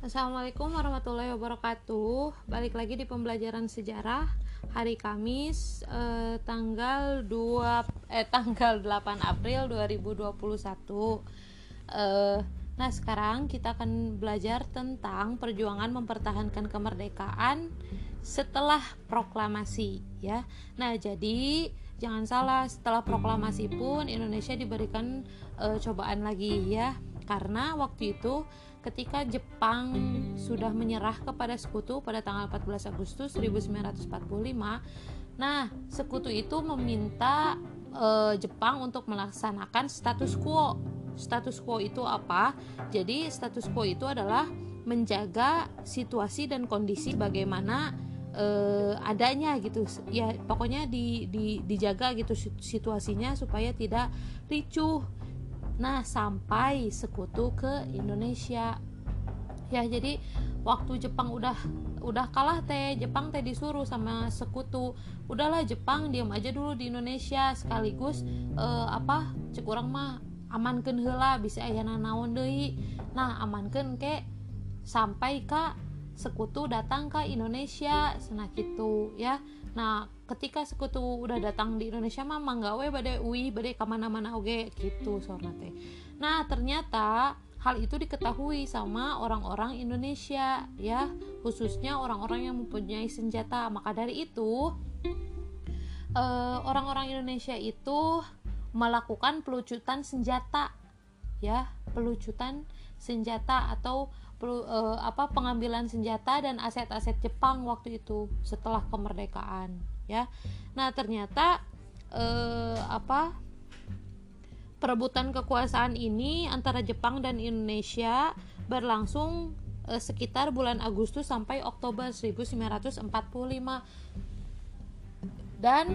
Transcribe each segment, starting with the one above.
Assalamualaikum warahmatullahi wabarakatuh. Balik lagi di pembelajaran sejarah hari Kamis tanggal 8 April 2021. Nah, sekarang kita akan belajar tentang perjuangan mempertahankan kemerdekaan setelah proklamasi, ya. Nah, jadi jangan salah, setelah proklamasi pun Indonesia diberikan cobaan lagi, ya. Karena waktu itu ketika Jepang sudah menyerah kepada sekutu pada tanggal 14 Agustus 1945, nah sekutu itu meminta Jepang untuk melaksanakan status quo. Status quo itu apa? Jadi status quo itu adalah menjaga situasi dan kondisi bagaimana adanya gitu. Ya pokoknya dijaga gitu situasinya supaya tidak ricuh. Nah, sampai sekutu ke Indonesia. Ya, jadi waktu Jepang udah kalah Jepang disuruh sama sekutu. Udahlah Jepang diam aja dulu di Indonesia sekaligus cek urang mah amankeun heula bisa aya naon deui. Nah, amankeun ke sampai ka sekutu datang ke Indonesia cenah kitu ya. Nah, ketika sekutu udah datang di Indonesia mah mangga we bade ka mana-mana oge gitu sorna teh. Nah, ternyata hal itu diketahui sama orang-orang Indonesia ya, khususnya orang-orang yang mempunyai senjata. Maka dari itu orang-orang Indonesia itu melakukan pelucutan senjata ya, pelucutan senjata atau pengambilan senjata dan aset-aset Jepang waktu itu setelah kemerdekaan ya. Nah, ternyata perebutan kekuasaan ini antara Jepang dan Indonesia berlangsung sekitar bulan Agustus sampai Oktober 1945 dan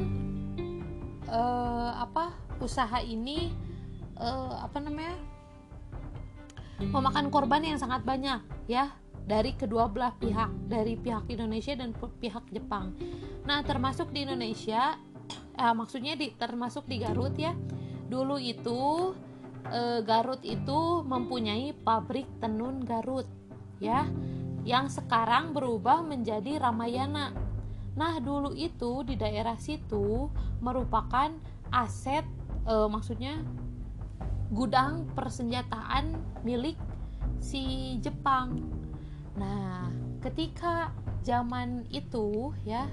usaha ini memakan korban yang sangat banyak ya dari kedua belah pihak, dari pihak Indonesia dan pihak Jepang. Nah, termasuk di Indonesia, termasuk di Garut ya. Dulu itu Garut itu mempunyai pabrik tenun Garut ya, yang sekarang berubah menjadi Ramayana. Nah, dulu itu di daerah situ merupakan aset gudang persenjataan milik si Jepang. Nah, ketika zaman itu ya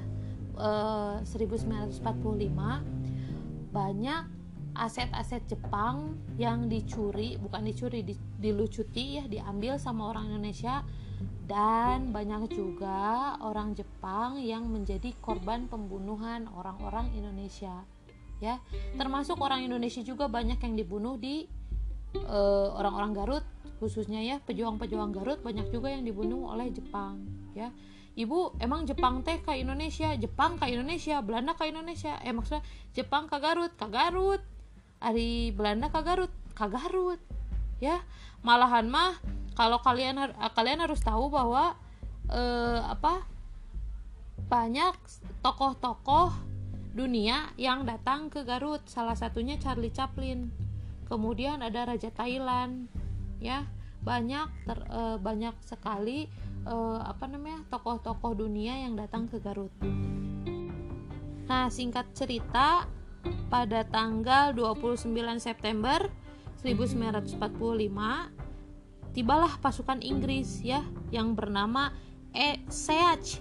1945 banyak aset-aset Jepang yang dilucuti ya, diambil sama orang Indonesia, dan banyak juga orang Jepang yang menjadi korban pembunuhan orang-orang Indonesia ya, termasuk orang Indonesia juga banyak yang dibunuh di orang-orang Garut khususnya ya, pejuang-pejuang Garut banyak juga yang dibunuh oleh Jepang ya. Ibu, emang Jepang ke Indonesia, Jepang ke Indonesia, Belanda ke Indonesia, maksudnya Jepang ke Garut, ari Belanda ke Garut ya. Malahan mah kalau kalian harus tahu bahwa banyak tokoh-tokoh dunia yang datang ke Garut, salah satunya Charlie Chaplin, kemudian ada Raja Thailand ya, banyak sekali tokoh-tokoh dunia yang datang ke Garut. Nah, singkat cerita, pada tanggal 29 September 1945 tibalah pasukan Inggris ya yang bernama SEAC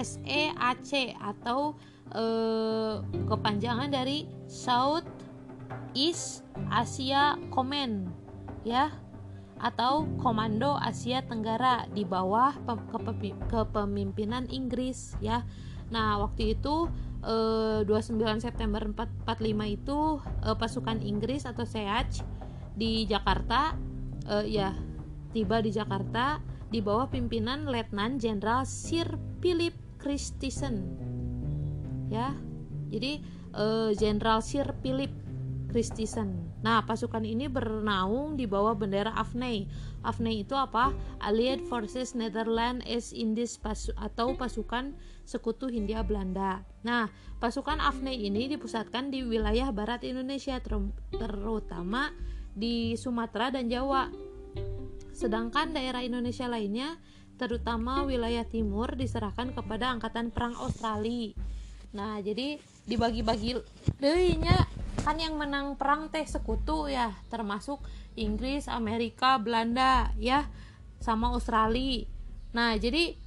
atau kepanjangan dari South East Asia Command ya, atau Komando Asia Tenggara di bawah kepemimpinan Inggris ya. Nah, waktu itu 29 September 1945 itu pasukan Inggris atau SEAC di Jakarta tiba di Jakarta di bawah pimpinan Letnan Jenderal Sir Philip Christison ya. Jadi Jenderal Sir Philip Christison. Nah, pasukan ini bernaung di bawah bendera AFNI. AFNI itu apa? Allied Forces Netherlands East Indies atau pasukan sekutu Hindia Belanda. Nah, pasukan AFNI ini dipusatkan di wilayah barat Indonesia, terutama di Sumatera dan Jawa. Sedangkan daerah Indonesia lainnya terutama wilayah timur diserahkan kepada Angkatan Perang Australia. Nah, jadi dibagi-bagi deui nya kan yang menang perang teh sekutu ya, termasuk Inggris, Amerika, Belanda ya, sama Australia. Nah, jadi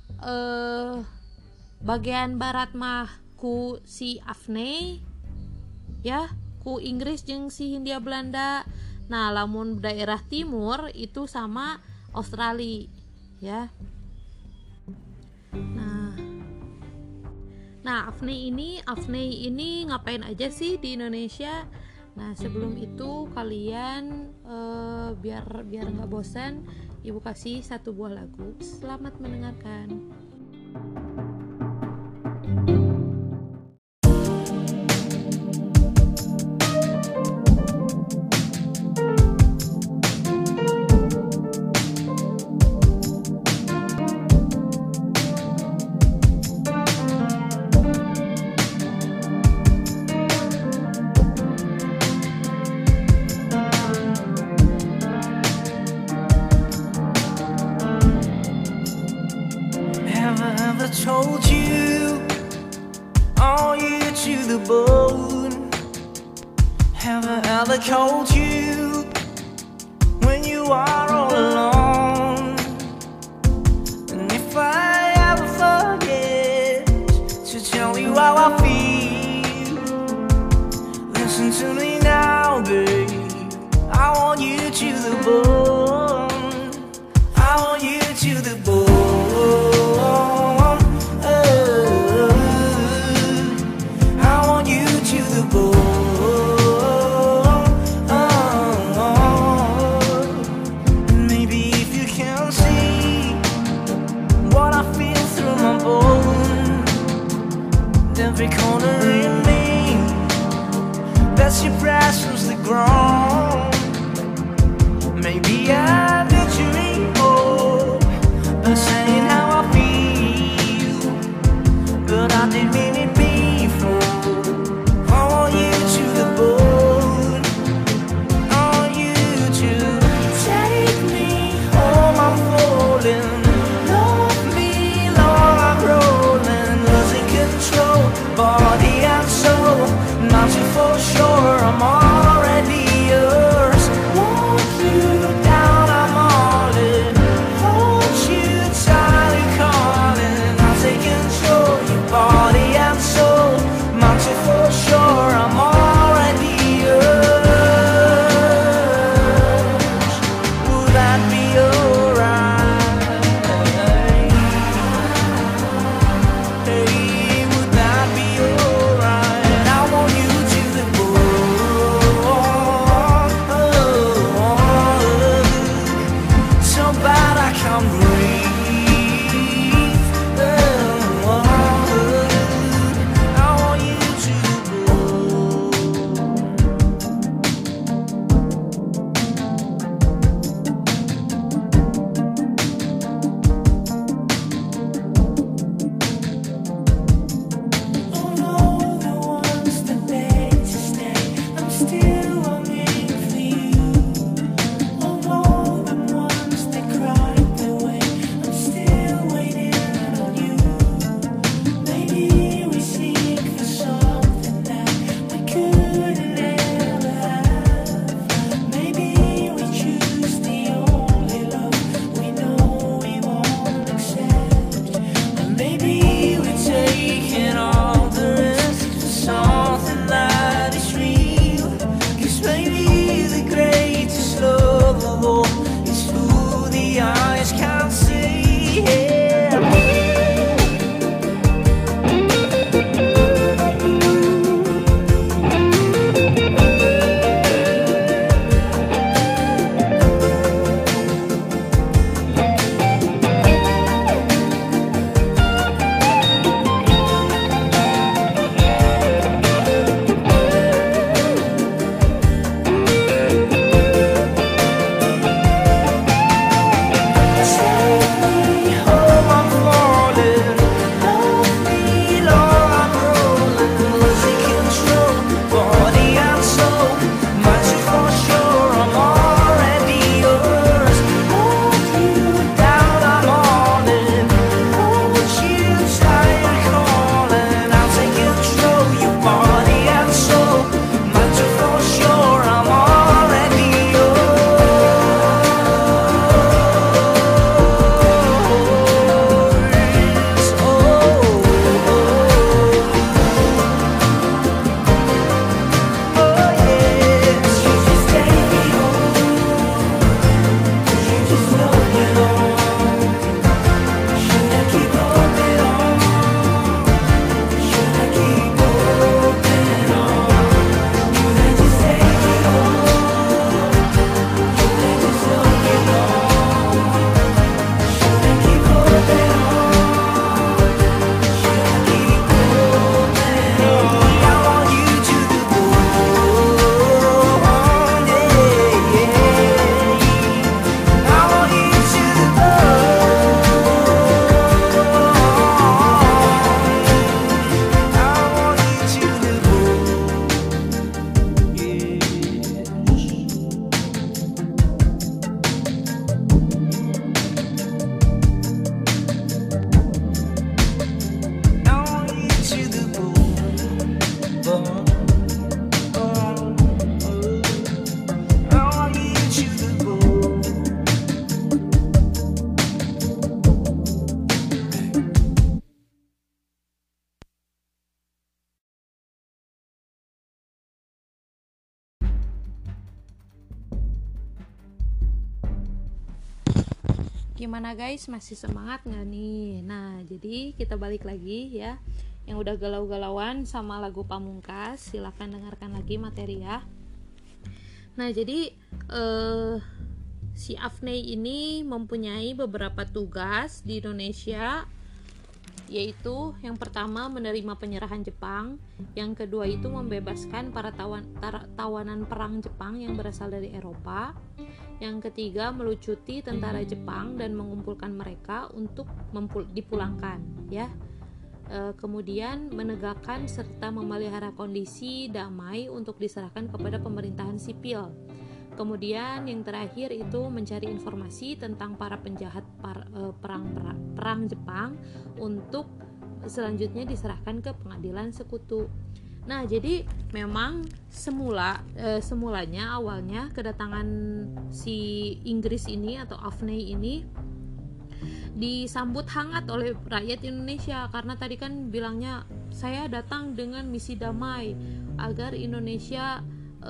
bagian barat mah ku si Afney ya, ku Inggris jeung si Hindia Belanda. Nah, lamun daerah timur itu sama Australia ya. Nah, Afney ini ngapain aja sih di Indonesia? Nah, sebelum itu kalian biar nggak bosan, Ibu kasih satu buah lagu. Selamat mendengarkan. Told you, are you to the bone? Have I ever called you when you are all alone? And if I ever forget to tell you how I feel, listen to me now, babe. I want you to the bone. I want you to the bone. Every corner in me, that's your presence the ground. Maybe I bet you ain't hope by saying how I feel, but I didn't mean it before. I want you to the bone. I want you to take me home. I'm falling. Love me, Lord, I'm rolling, losing control. Body and soul, not you for sure, I'm already yours. Want you down, I'm all in. Hold you tight and calling, I'll take control. Your body and soul, not you for sure, I'm already yours. Would that be alright? Hey. Gimana guys, masih semangat nggak nih? Nah, jadi kita balik lagi ya. Yang udah galau-galauan sama lagu Pamungkas, silahkan dengarkan lagi materi ya. Nah, jadi si Afney ini mempunyai beberapa tugas di Indonesia, yaitu yang pertama menerima penyerahan Jepang, yang kedua itu membebaskan para tawanan perang Jepang yang berasal dari Eropa, yang ketiga melucuti tentara Jepang dan mengumpulkan mereka untuk dipulangkan ya. Kemudian menegakkan serta memelihara kondisi damai untuk diserahkan kepada pemerintahan sipil. Kemudian yang terakhir itu mencari informasi tentang para penjahat perang Jepang untuk selanjutnya diserahkan ke pengadilan sekutu. Nah, jadi memang semulanya awalnya kedatangan si Inggris ini atau Afney ini disambut hangat oleh rakyat Indonesia, karena tadi kan bilangnya saya datang dengan misi damai agar Indonesia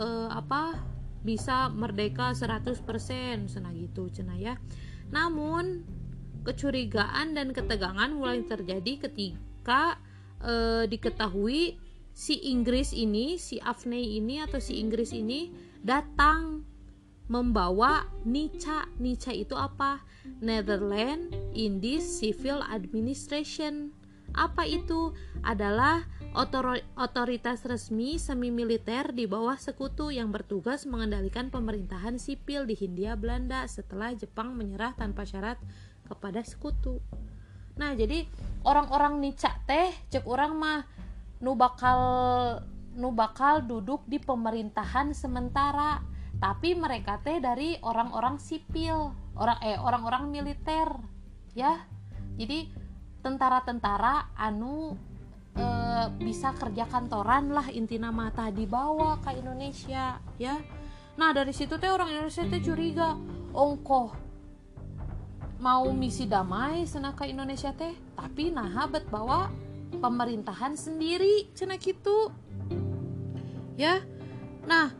bisa merdeka 100% cenah gitu cenah ya. Namun kecurigaan dan ketegangan mulai terjadi ketika diketahui si Inggris ini, si Afney ini atau si Inggris ini datang membawa NICA. NICA itu apa? Netherlands Indies Civil Administration. Apa itu? Adalah otoritas resmi semi militer di bawah sekutu yang bertugas mengendalikan pemerintahan sipil di Hindia Belanda setelah Jepang menyerah tanpa syarat kepada sekutu. Nah, jadi orang-orang NICA teh cek orang mah nu bakal duduk di pemerintahan sementara, tapi mereka teh dari orang-orang sipil, orang-orang militer ya. Jadi tentara-tentara anu bisa kerja kantoran lah intina mata dibawa ke Indonesia ya. Nah, dari situ teh orang Indonesia teh curiga, ongkoh mau misi damai cenah ke Indonesia teh, tapi naha bet bawa pemerintahan sendiri cenah gitu ya. Nah,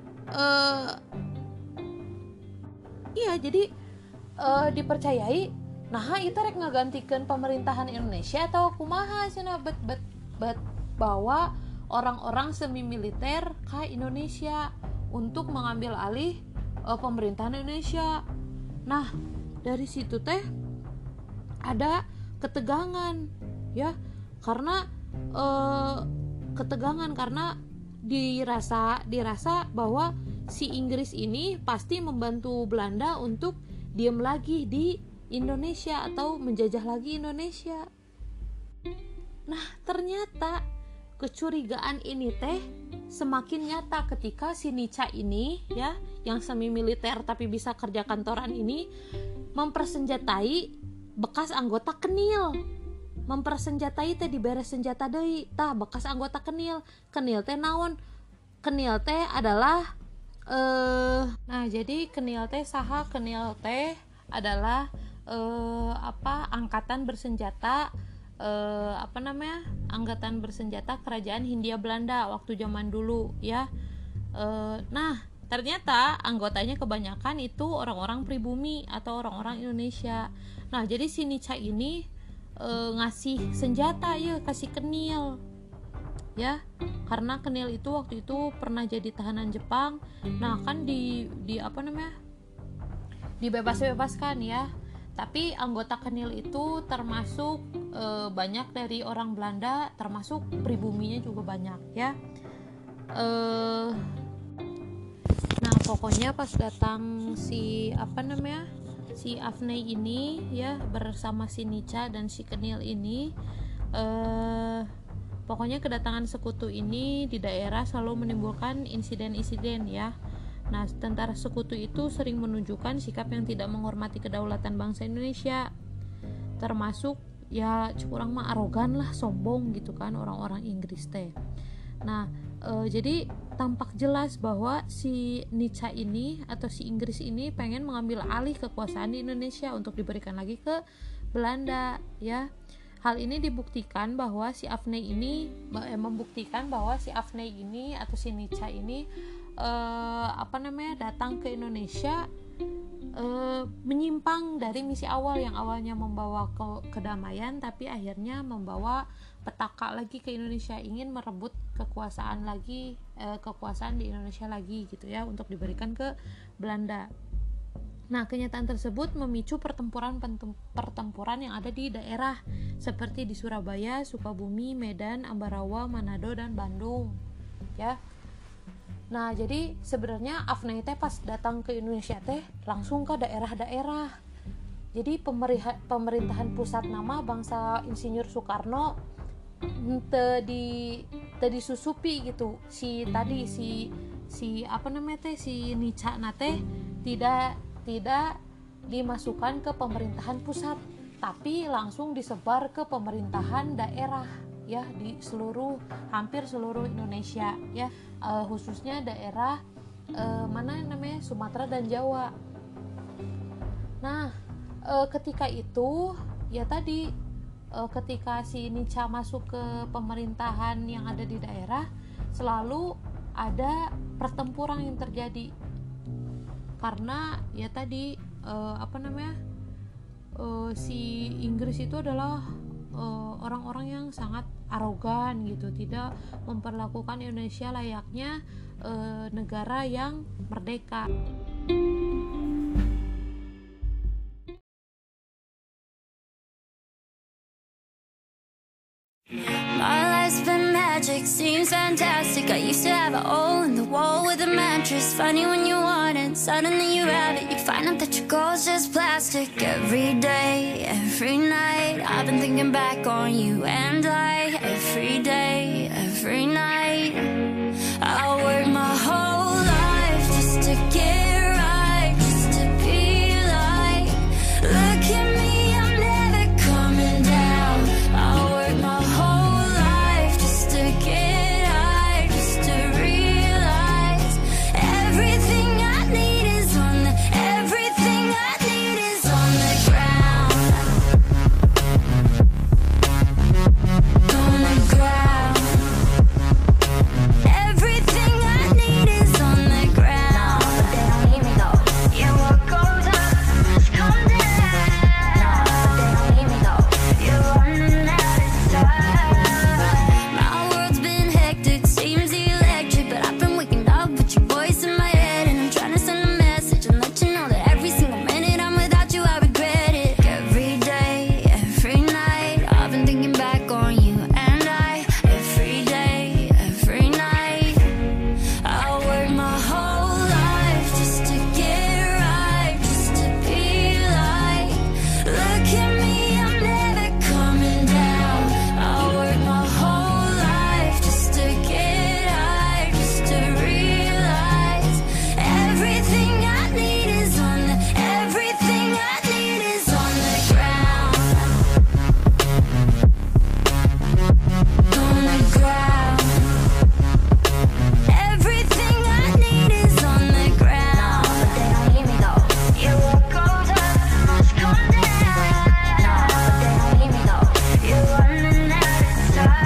iya jadi dipercayai nah itu rek ngagantikeun pemerintahan Indonesia atau kumaha cenah bet bawa orang-orang semi militer ke Indonesia untuk mengambil alih pemerintahan Indonesia. Nah, dari situ teh ada ketegangan ya, karena ketegangan karena dirasa bahwa si Inggris ini pasti membantu Belanda untuk diam lagi di Indonesia atau menjajah lagi Indonesia. Nah, ternyata kecurigaan ini teh semakin nyata ketika si NICA ini ya, yang semi militer tapi bisa kerja kantoran ini mempersenjatai bekas anggota Kenil. Mempersenjatai teh diberes senjata deui tah bekas anggota Kenil teh naon? Kenil teh adalah nah jadi Kenil teh saha? Kenil teh adalah angkatan bersenjata angkatan bersenjata kerajaan Hindia Belanda waktu zaman dulu ya. Nah, ternyata anggotanya kebanyakan itu orang-orang pribumi atau orang-orang Indonesia. Nah, jadi si NICA ini ngasih senjata ya kasih Kenil ya, karena Kenil itu waktu itu pernah jadi tahanan Jepang. Nah, kan dibebaskan ya, tapi anggota Kenil itu termasuk banyak dari orang Belanda, termasuk pribuminya juga banyak ya. Nah, pokoknya pas datang si Afney ini ya bersama si NICA dan si Kenil ini, pokoknya kedatangan sekutu ini di daerah selalu menimbulkan insiden-insiden ya. Nah, tentara sekutu itu sering menunjukkan sikap yang tidak menghormati kedaulatan bangsa Indonesia, termasuk ya kurang mah arogan lah, sombong gitu kan orang-orang Inggris teh. Nah, jadi tampak jelas bahwa si NICA ini atau si Inggris ini pengen mengambil alih kekuasaan di Indonesia untuk diberikan lagi ke Belanda ya. Hal ini dibuktikan bahwa si Afney ini atau si NICA ini datang ke Indonesia menyimpang dari misi awal yang awalnya membawa kedamaian, tapi akhirnya membawa petaka lagi ke Indonesia, ingin merebut kekuasaan di Indonesia lagi gitu ya, untuk diberikan ke Belanda. Nah, kenyataan tersebut memicu pertempuran yang ada di daerah seperti di Surabaya, Sukabumi, Medan, Ambarawa, Manado, dan Bandung. Ya. Nah, jadi sebenarnya Afnay teh pas datang ke Indonesia teh langsung ke daerah-daerah. Jadi pemerintahan pusat nama bangsa Insinyur Soekarno teu disusupi gitu. Si Nica nate tidak dimasukkan ke pemerintahan pusat, tapi langsung disebar ke pemerintahan daerah ya, di hampir seluruh Indonesia ya, khususnya daerah Sumatera dan Jawa. Nah, ketika itu ya tadi ketika si Nica masuk ke pemerintahan yang ada di daerah, selalu ada pertempuran yang terjadi karena ya tadi si Inggris itu adalah orang-orang yang sangat arogan gitu, tidak memperlakukan Indonesia layaknya negara yang merdeka. My life's been magic, seems fantastic. I used to have a hole in the wall with a mattress. Funny when you want it, suddenly you have it. You find out that your goal's just plastic. Every day, every night, I've been thinking back on you and I. Every day, every night, I work my whole life just to get right, just to be like, look at me, I'm never coming down. I work my whole life just to get high, just to realize everything I need is on the ground. On the ground. Everything I need is on the ground. But they don't hear me though. Yeah, what goes up must come down. But they don't hear me though. You're running out of time. My world's been hectic, seems electric, but I've been waking up with your voice in my head, and I'm trying to send a message and let you know that every single minute I'm without you, I regret it. Every day, every night, I've been thinking back on you and I. Every day, every night, I work my whole life just to get right, just to be like, look at me, I'm never coming down. I work my whole life just to get high, just to realize everything I need is on the ground. On the ground. Everything I need is on the ground. But they don't hear me though. Yeah, what goes up must come down. But they don't hear me though. You're running out of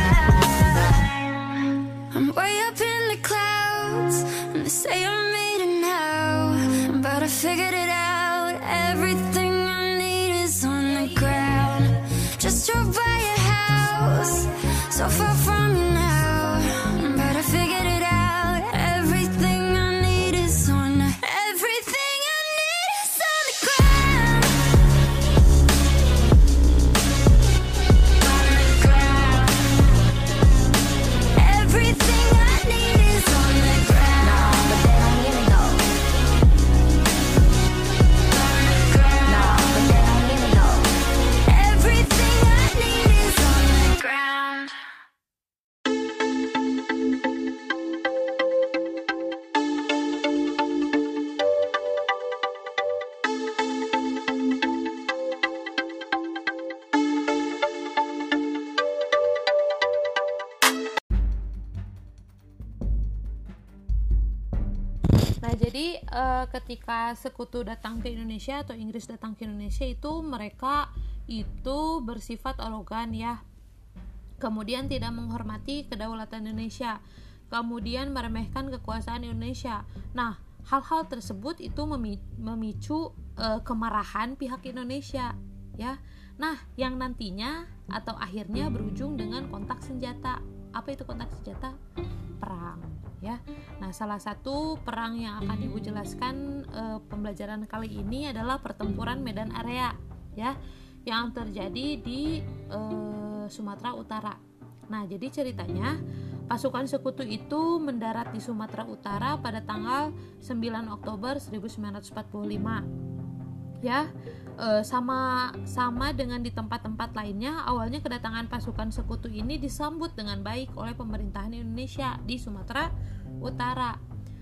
time. I'm way up in the clouds, and they say I'm made it now, but I figured it out. Everything I need is on the ground. Just drove by your house, so far from you now, but I figured it out. Everything I need is on the ground. On the ground. Everything I need is on the ground. But they don't hear me though. On the ground. But they don't hear me though. Everything I need is on the ground. Nah, jadi ketika sekutu datang ke Indonesia atau Inggris datang ke Indonesia itu, mereka itu bersifat arogan ya. Kemudian tidak menghormati kedaulatan Indonesia. Kemudian meremehkan kekuasaan Indonesia. Nah, hal-hal tersebut itu memicu kemarahan pihak Indonesia, ya. Nah, yang nantinya atau akhirnya berujung dengan kontak senjata. Apa itu kontak senjata? Perang, ya. Nah, salah satu perang yang akan Ibu jelaskan pembelajaran kali ini adalah pertempuran Medan Area, ya, yang terjadi di Sumatera Utara. Nah, jadi ceritanya pasukan sekutu itu mendarat di Sumatera Utara pada tanggal 9 Oktober 1945. Ya, sama dengan di tempat-tempat lainnya, awalnya kedatangan pasukan sekutu ini disambut dengan baik oleh pemerintahan Indonesia di Sumatera Utara.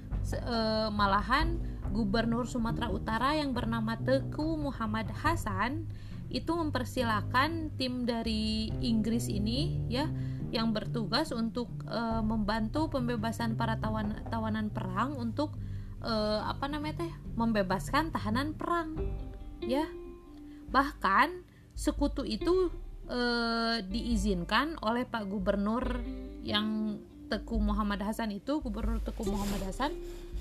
Malahan Gubernur Sumatera Utara yang bernama Teuku Muhammad Hasan itu mempersilahkan tim dari Inggris ini, ya, yang bertugas untuk membantu pembebasan para tawanan perang untuk membebaskan tahanan perang, ya. Bahkan sekutu itu diizinkan oleh Pak Gubernur yang Teuku Muhammad Hasan itu, Gubernur Teuku Muhammad Hasan,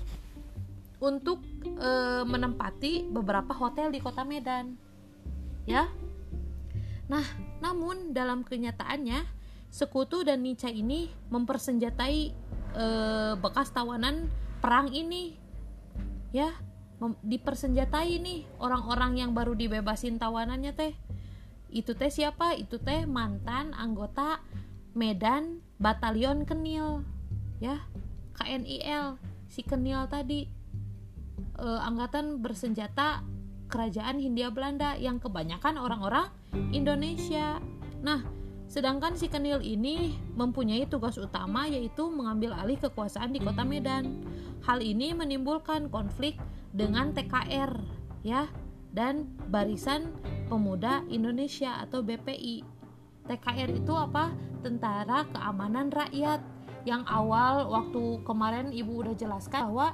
untuk menempati beberapa hotel di kota Medan, ya. Nah, namun dalam kenyataannya sekutu dan Nica ini mempersenjatai bekas tawanan perang ini, ya, dipersenjatai nih orang-orang yang baru dibebasin tawanannya teh. Itu teh siapa? Itu teh mantan anggota Medan Batalion Kenil, ya, KNIL, si Kenil tadi, angkatan bersenjata Kerajaan Hindia Belanda yang kebanyakan orang-orang Indonesia. Nah, sedangkan si Kenil ini mempunyai tugas utama yaitu mengambil alih kekuasaan di kota Medan. Hal ini menimbulkan konflik dengan TKR, ya, dan Barisan Pemuda Indonesia atau BPI. TKR itu apa? Tentara Keamanan Rakyat, yang awal waktu kemarin Ibu udah jelaskan bahwa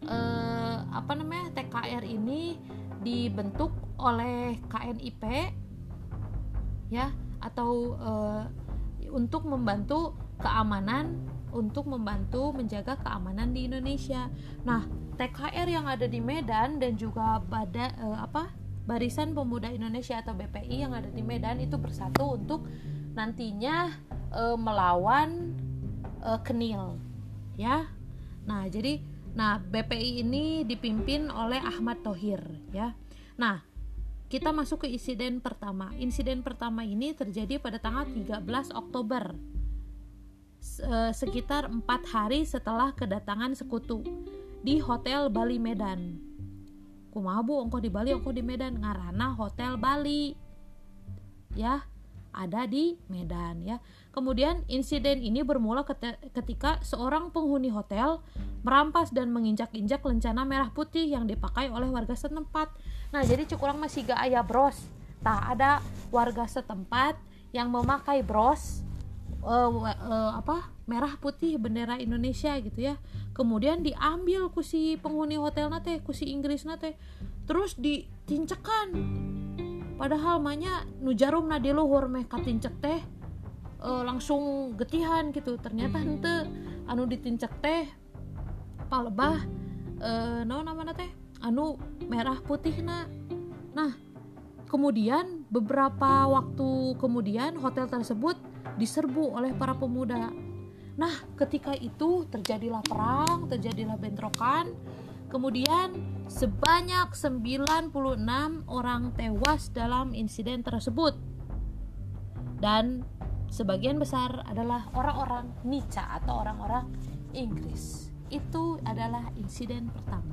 TKR ini dibentuk oleh KNIP, ya, atau untuk membantu keamanan, untuk membantu menjaga keamanan di Indonesia. Nah, TKR yang ada di Medan dan juga Barisan Pemuda Indonesia atau BPI yang ada di Medan itu bersatu untuk nantinya melawan Kenil, ya. Nah, jadi BPI ini dipimpin oleh Ahmad Thohir, ya. Nah, kita masuk ke insiden pertama. Insiden pertama ini terjadi pada tanggal 13 Oktober, sekitar 4 hari setelah kedatangan sekutu di Hotel Bali Medan. Kumaha Bu, ongkoh di Bali, ongkoh di Medan, ngaranna Hotel Bali, ya, ada di Medan, ya. Kemudian insiden ini bermula ketika seorang penghuni hotel merampas dan menginjak-injak lencana merah putih yang dipakai oleh warga setempat. Nah, jadi cukurang masih gak aya bros. Ada warga setempat yang memakai bros merah putih bendera Indonesia gitu, ya. Kemudian diambil ku si penghuni hotel nate, ku si Inggris nate, terus ditincekan. Padahal mahnya nu jarum na di luhur meh katincek teh langsung getihan gitu. Ternyata henteu, anu ditincek teh palebah naon namana teh anu merah putihna. Nah, kemudian beberapa waktu kemudian hotel tersebut diserbu oleh para pemuda. Nah, ketika itu terjadilah perang, terjadilah bentrokan. Kemudian sebanyak 96 orang tewas dalam insiden tersebut. Dan sebagian besar adalah orang-orang Nica atau orang-orang Inggris. Itu adalah insiden pertama.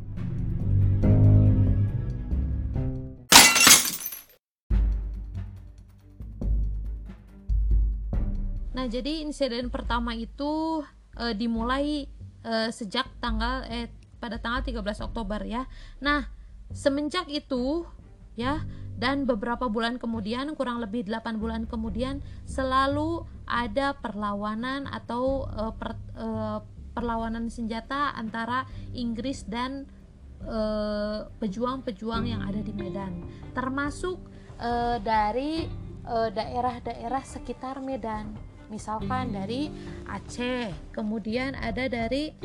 Nah, jadi insiden pertama itu dimulai sejak pada tanggal 13 Oktober, ya. Nah, semenjak itu, ya, dan beberapa bulan kemudian, kurang lebih 8 bulan kemudian, selalu ada perlawanan atau perlawanan senjata antara Inggris dan pejuang-pejuang yang ada di Medan, termasuk dari daerah-daerah sekitar Medan, misalkan dari Aceh, kemudian ada dari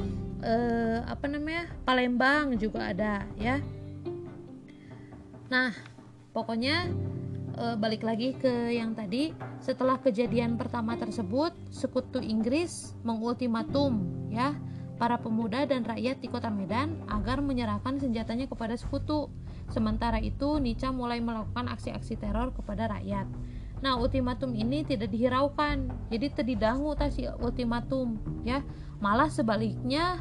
Palembang juga ada ya. Nah, pokoknya balik lagi ke yang tadi, setelah kejadian pertama tersebut, Sekutu Inggris mengultimatum ya para pemuda dan rakyat di kota Medan agar menyerahkan senjatanya kepada Sekutu. Sementara itu, Nica mulai melakukan aksi-aksi teror kepada rakyat. Nah, ultimatum ini tidak dihiraukan, jadi terdidangu si ultimatum ya. Malah sebaliknya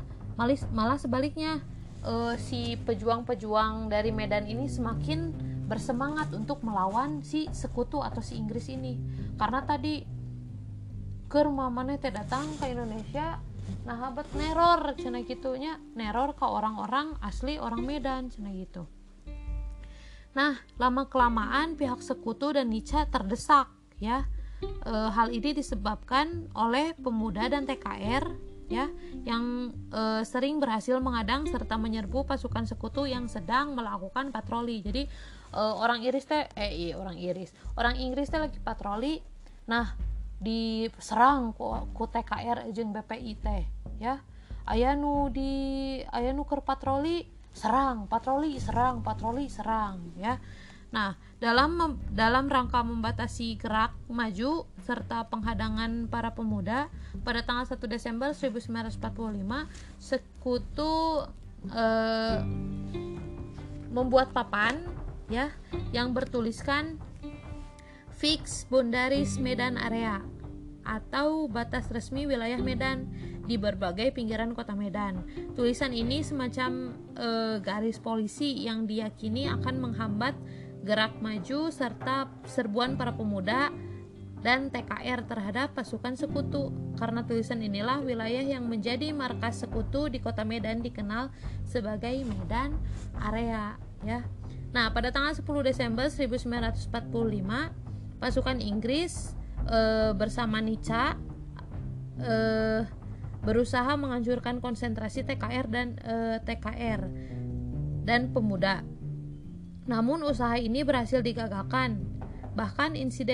si pejuang-pejuang dari Medan ini semakin bersemangat untuk melawan si Sekutu atau si Inggris ini, karena tadi keur mamane teh datang ke Indonesia nah habat neror cenah gitunya, neror ke orang-orang asli orang Medan cenah gitu. Nah, lama kelamaan pihak Sekutu dan Nica terdesak ya. Hal ini disebabkan oleh pemuda dan TKR ya yang sering berhasil menghadang serta menyerbu pasukan Sekutu yang sedang melakukan patroli. Jadi orang Inggris teh lagi patroli, nah diserang ku TKR jeung BPI teh ya. Aya nu keur patroli serang ya. Nah, dalam rangka membatasi gerak maju serta penghadangan para pemuda, pada tanggal 1 Desember 1945 Sekutu membuat papan ya yang bertuliskan Fix Boundaries Medan Area atau batas resmi wilayah Medan di berbagai pinggiran kota Medan. Tulisan ini semacam garis polisi yang diyakini akan menghambat gerak maju serta serbuan para pemuda dan TKR terhadap pasukan Sekutu. Karena tulisan inilah wilayah yang menjadi markas Sekutu di kota Medan dikenal sebagai Medan Area ya. Nah, pada tanggal 10 Desember 1945 pasukan Inggris bersama Nica berusaha menghancurkan konsentrasi TKR dan pemuda. Namun usaha ini berhasil digagalkan. Bahkan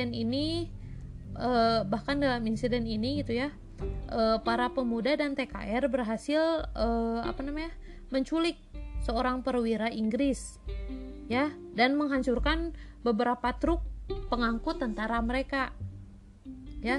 dalam insiden ini gitu ya, para pemuda dan TKR berhasil menculik seorang perwira Inggris ya dan menghancurkan beberapa truk pengangkut tentara mereka ya.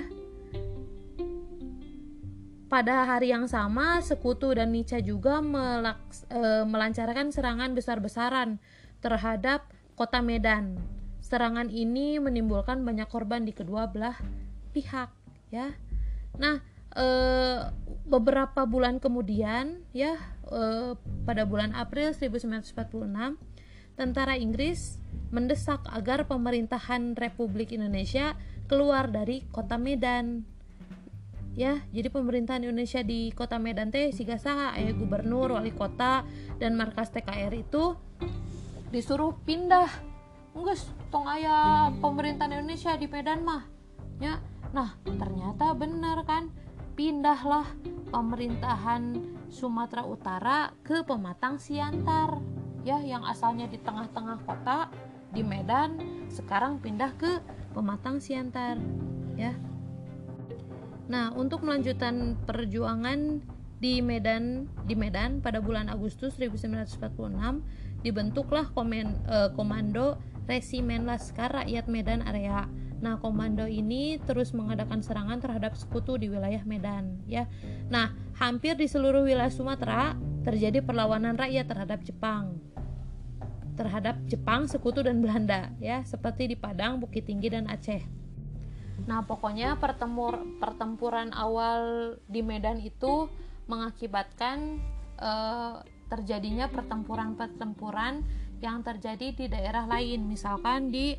Pada hari yang sama, Sekutu dan Nica juga melancarkan serangan besar-besaran terhadap kota Medan. Serangan ini menimbulkan banyak korban di kedua belah pihak ya. Nah, beberapa bulan kemudian ya, pada bulan April 1946 tentara Inggris mendesak agar pemerintahan Republik Indonesia keluar dari kota Medan ya. Jadi pemerintahan Indonesia di kota Medan teh siga saha aya gubernur, wali kota, dan markas TKR itu disuruh pindah. Geus tong aya pemerintahan Indonesia di Medan mah ya. Nah, ternyata benar kan, pindahlah pemerintahan Sumatera Utara ke Pematang Siantar ya, yang asalnya di tengah-tengah kota di Medan, sekarang pindah ke Pematang Siantar ya. Nah, untuk melanjutkan perjuangan di Medan pada bulan Agustus 1946 dibentuklah Komando Resimen Laskar Rakyat Medan Area. Nah, komando ini terus mengadakan serangan terhadap Sekutu di wilayah Medan ya. Nah, hampir di seluruh wilayah Sumatera terjadi perlawanan rakyat terhadap Jepang, Sekutu dan Belanda ya, seperti di Padang, Bukit Tinggi dan Aceh. Nah, pokoknya pertempuran awal di Medan itu mengakibatkan terjadinya pertempuran yang terjadi di daerah lain, misalkan di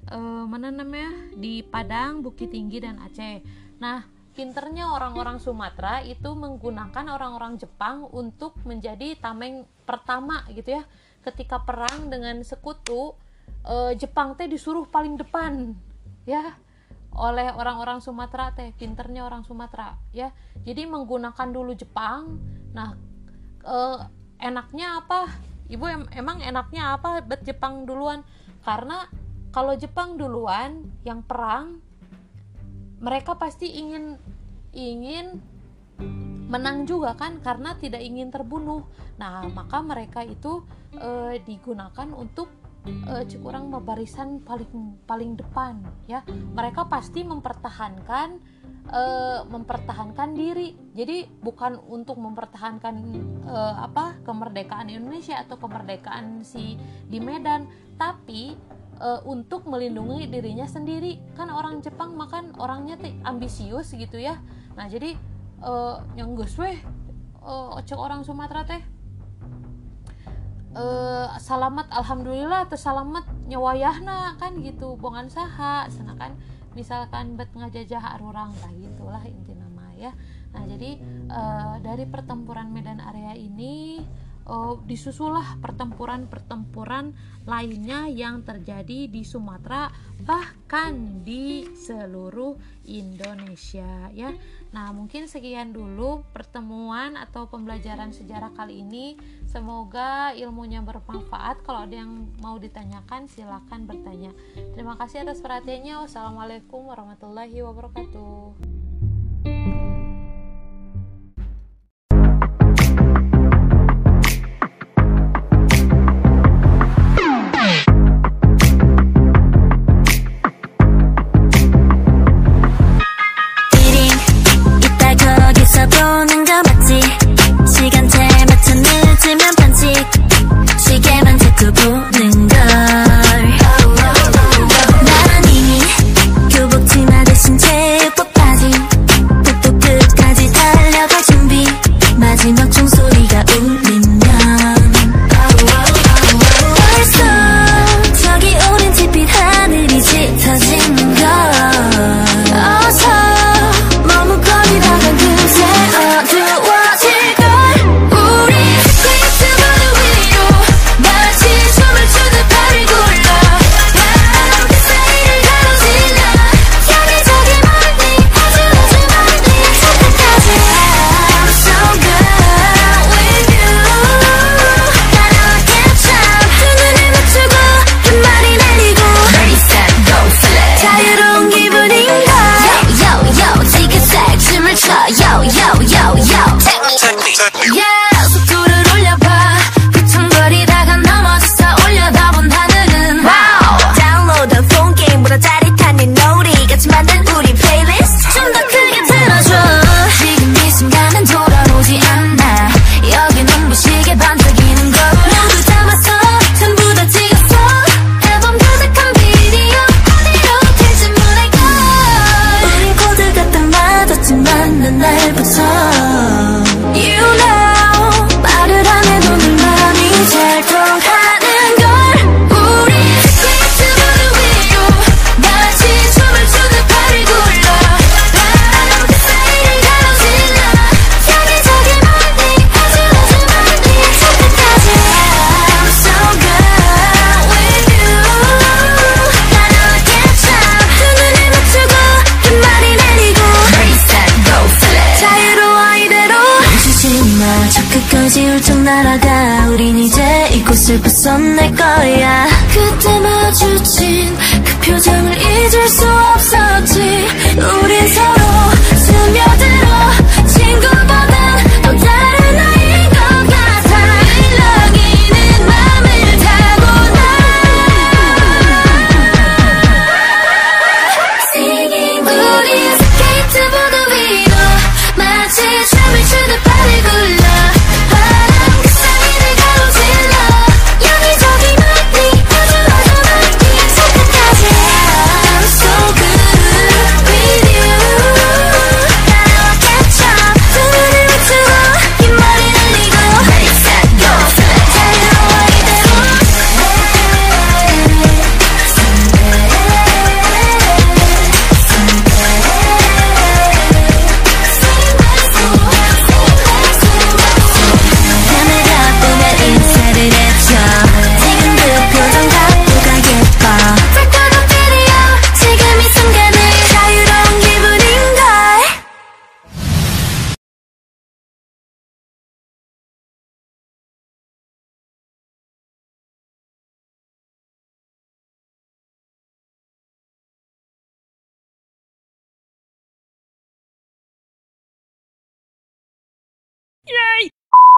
Padang, Bukit Tinggi dan Aceh. Nah, pinternya orang-orang Sumatera itu menggunakan orang-orang Jepang untuk menjadi tameng pertama gitu ya. Ketika perang dengan Sekutu, Jepang teh disuruh paling depan ya oleh orang-orang Sumatera teh. Pinternya orang Sumatera ya. Jadi menggunakan dulu Jepang. Nah, enaknya apa? Ibu emang enaknya apa bet Jepang duluan? Karena kalau Jepang duluan yang perang, mereka pasti ingin menang juga kan, karena tidak ingin terbunuh. Nah, maka mereka itu digunakan untuk kurang barisan paling depan ya. Mereka pasti mempertahankan diri. Jadi bukan untuk mempertahankan kemerdekaan Indonesia atau kemerdekaan di Medan, tapi untuk melindungi dirinya sendiri. Kan orang Jepang makan orangnya ambisius gitu ya. Nah, jadi yang geus weh cek orang Sumatera teh salamet alhamdulillah atau salamet nyawayahna kan gitu, bongan saha senakan misalkan bet ngajajah arurang lah gitulah inti nama ya. Nah, jadi dari pertempuran Medan Area ini disusulah pertempuran lainnya yang terjadi di Sumatera, bahkan di seluruh Indonesia ya. Nah, mungkin sekian dulu pertemuan atau pembelajaran sejarah kali ini. Semoga ilmunya bermanfaat. Kalau ada yang mau ditanyakan silakan bertanya. Terima kasih atas perhatiannya. Wassalamualaikum warahmatullahi wabarakatuh. 보는 거 맞지? 시간대 맞춰 늦으면 반칙 시계만 자꾸 보는 걸 나는 이미 교복치마 대신 제육복 바지 뚝뚝 끝까지 달려갈 준비 마지막 종소리가 울리면 벌써 저기 오렌지빛 하늘이 짙어진 걸 어서 머뭇거리다간 금세 어두워질걸 우리 스케이트보드 위로 마치 춤을 추듯 발을 굴러 바람 그 사이를 가로질러 여기저기 멀리 아주 멀리 저끝까지 I'm so good with you 가볍게 참 두 눈을 맞추고 끝말이 내리고 Ready set go flip 자유로운 기분인걸 Yo yo yo 지그색 춤을 춰 Yo yo yo yo Take me Yeah 속도를 올려봐 부청거리다가 넘어져서 올려다본 하늘은 Wow 다운로드 폰 게임보다 짜릿한 네 놀이 같이 만든 우리 플레이리스트 좀 더 크게 틀어줘 지금 이 순간은 돌아오지 않아 여기 눈부시게 반짝이는 거울 모두 담았어 전부 다 찍었어 앨범 가득한 비디오 어디로 튈지 모를걸 우린 코드가 딱 맞았지만 난 날부터 You know 말을 안 해도 늘 마음이 잘 통하는 걸 우리 스케이트보드 위로 마치 춤을 추듯 발을 굴러 바람 그 사이를 가로질러 여기저기 멀리 아주 멀리 저끝까지 I'm so good with you 가볍게 참두 눈을 맞추고 끝말이 내리고 Ready set go flip 자유로워 이대로 멈추지 마 저 끝까지 훌쩍 날아가 우린 이제 이곳을 벗어날 거야 그때 마주친 그 표정을 잊을 수 없었지 우린 서로 스며들어 친구보단 더 다른 아이인 것 같아 일렁이는 맘을 타고나 Singing 우린 스케이트보드 위로 마치 춤을 추듯 발을 굴러 바람 그 사이를 가로질러 여기저기 멀리 아주 멀리 저 끝까지 I'm so good Yay!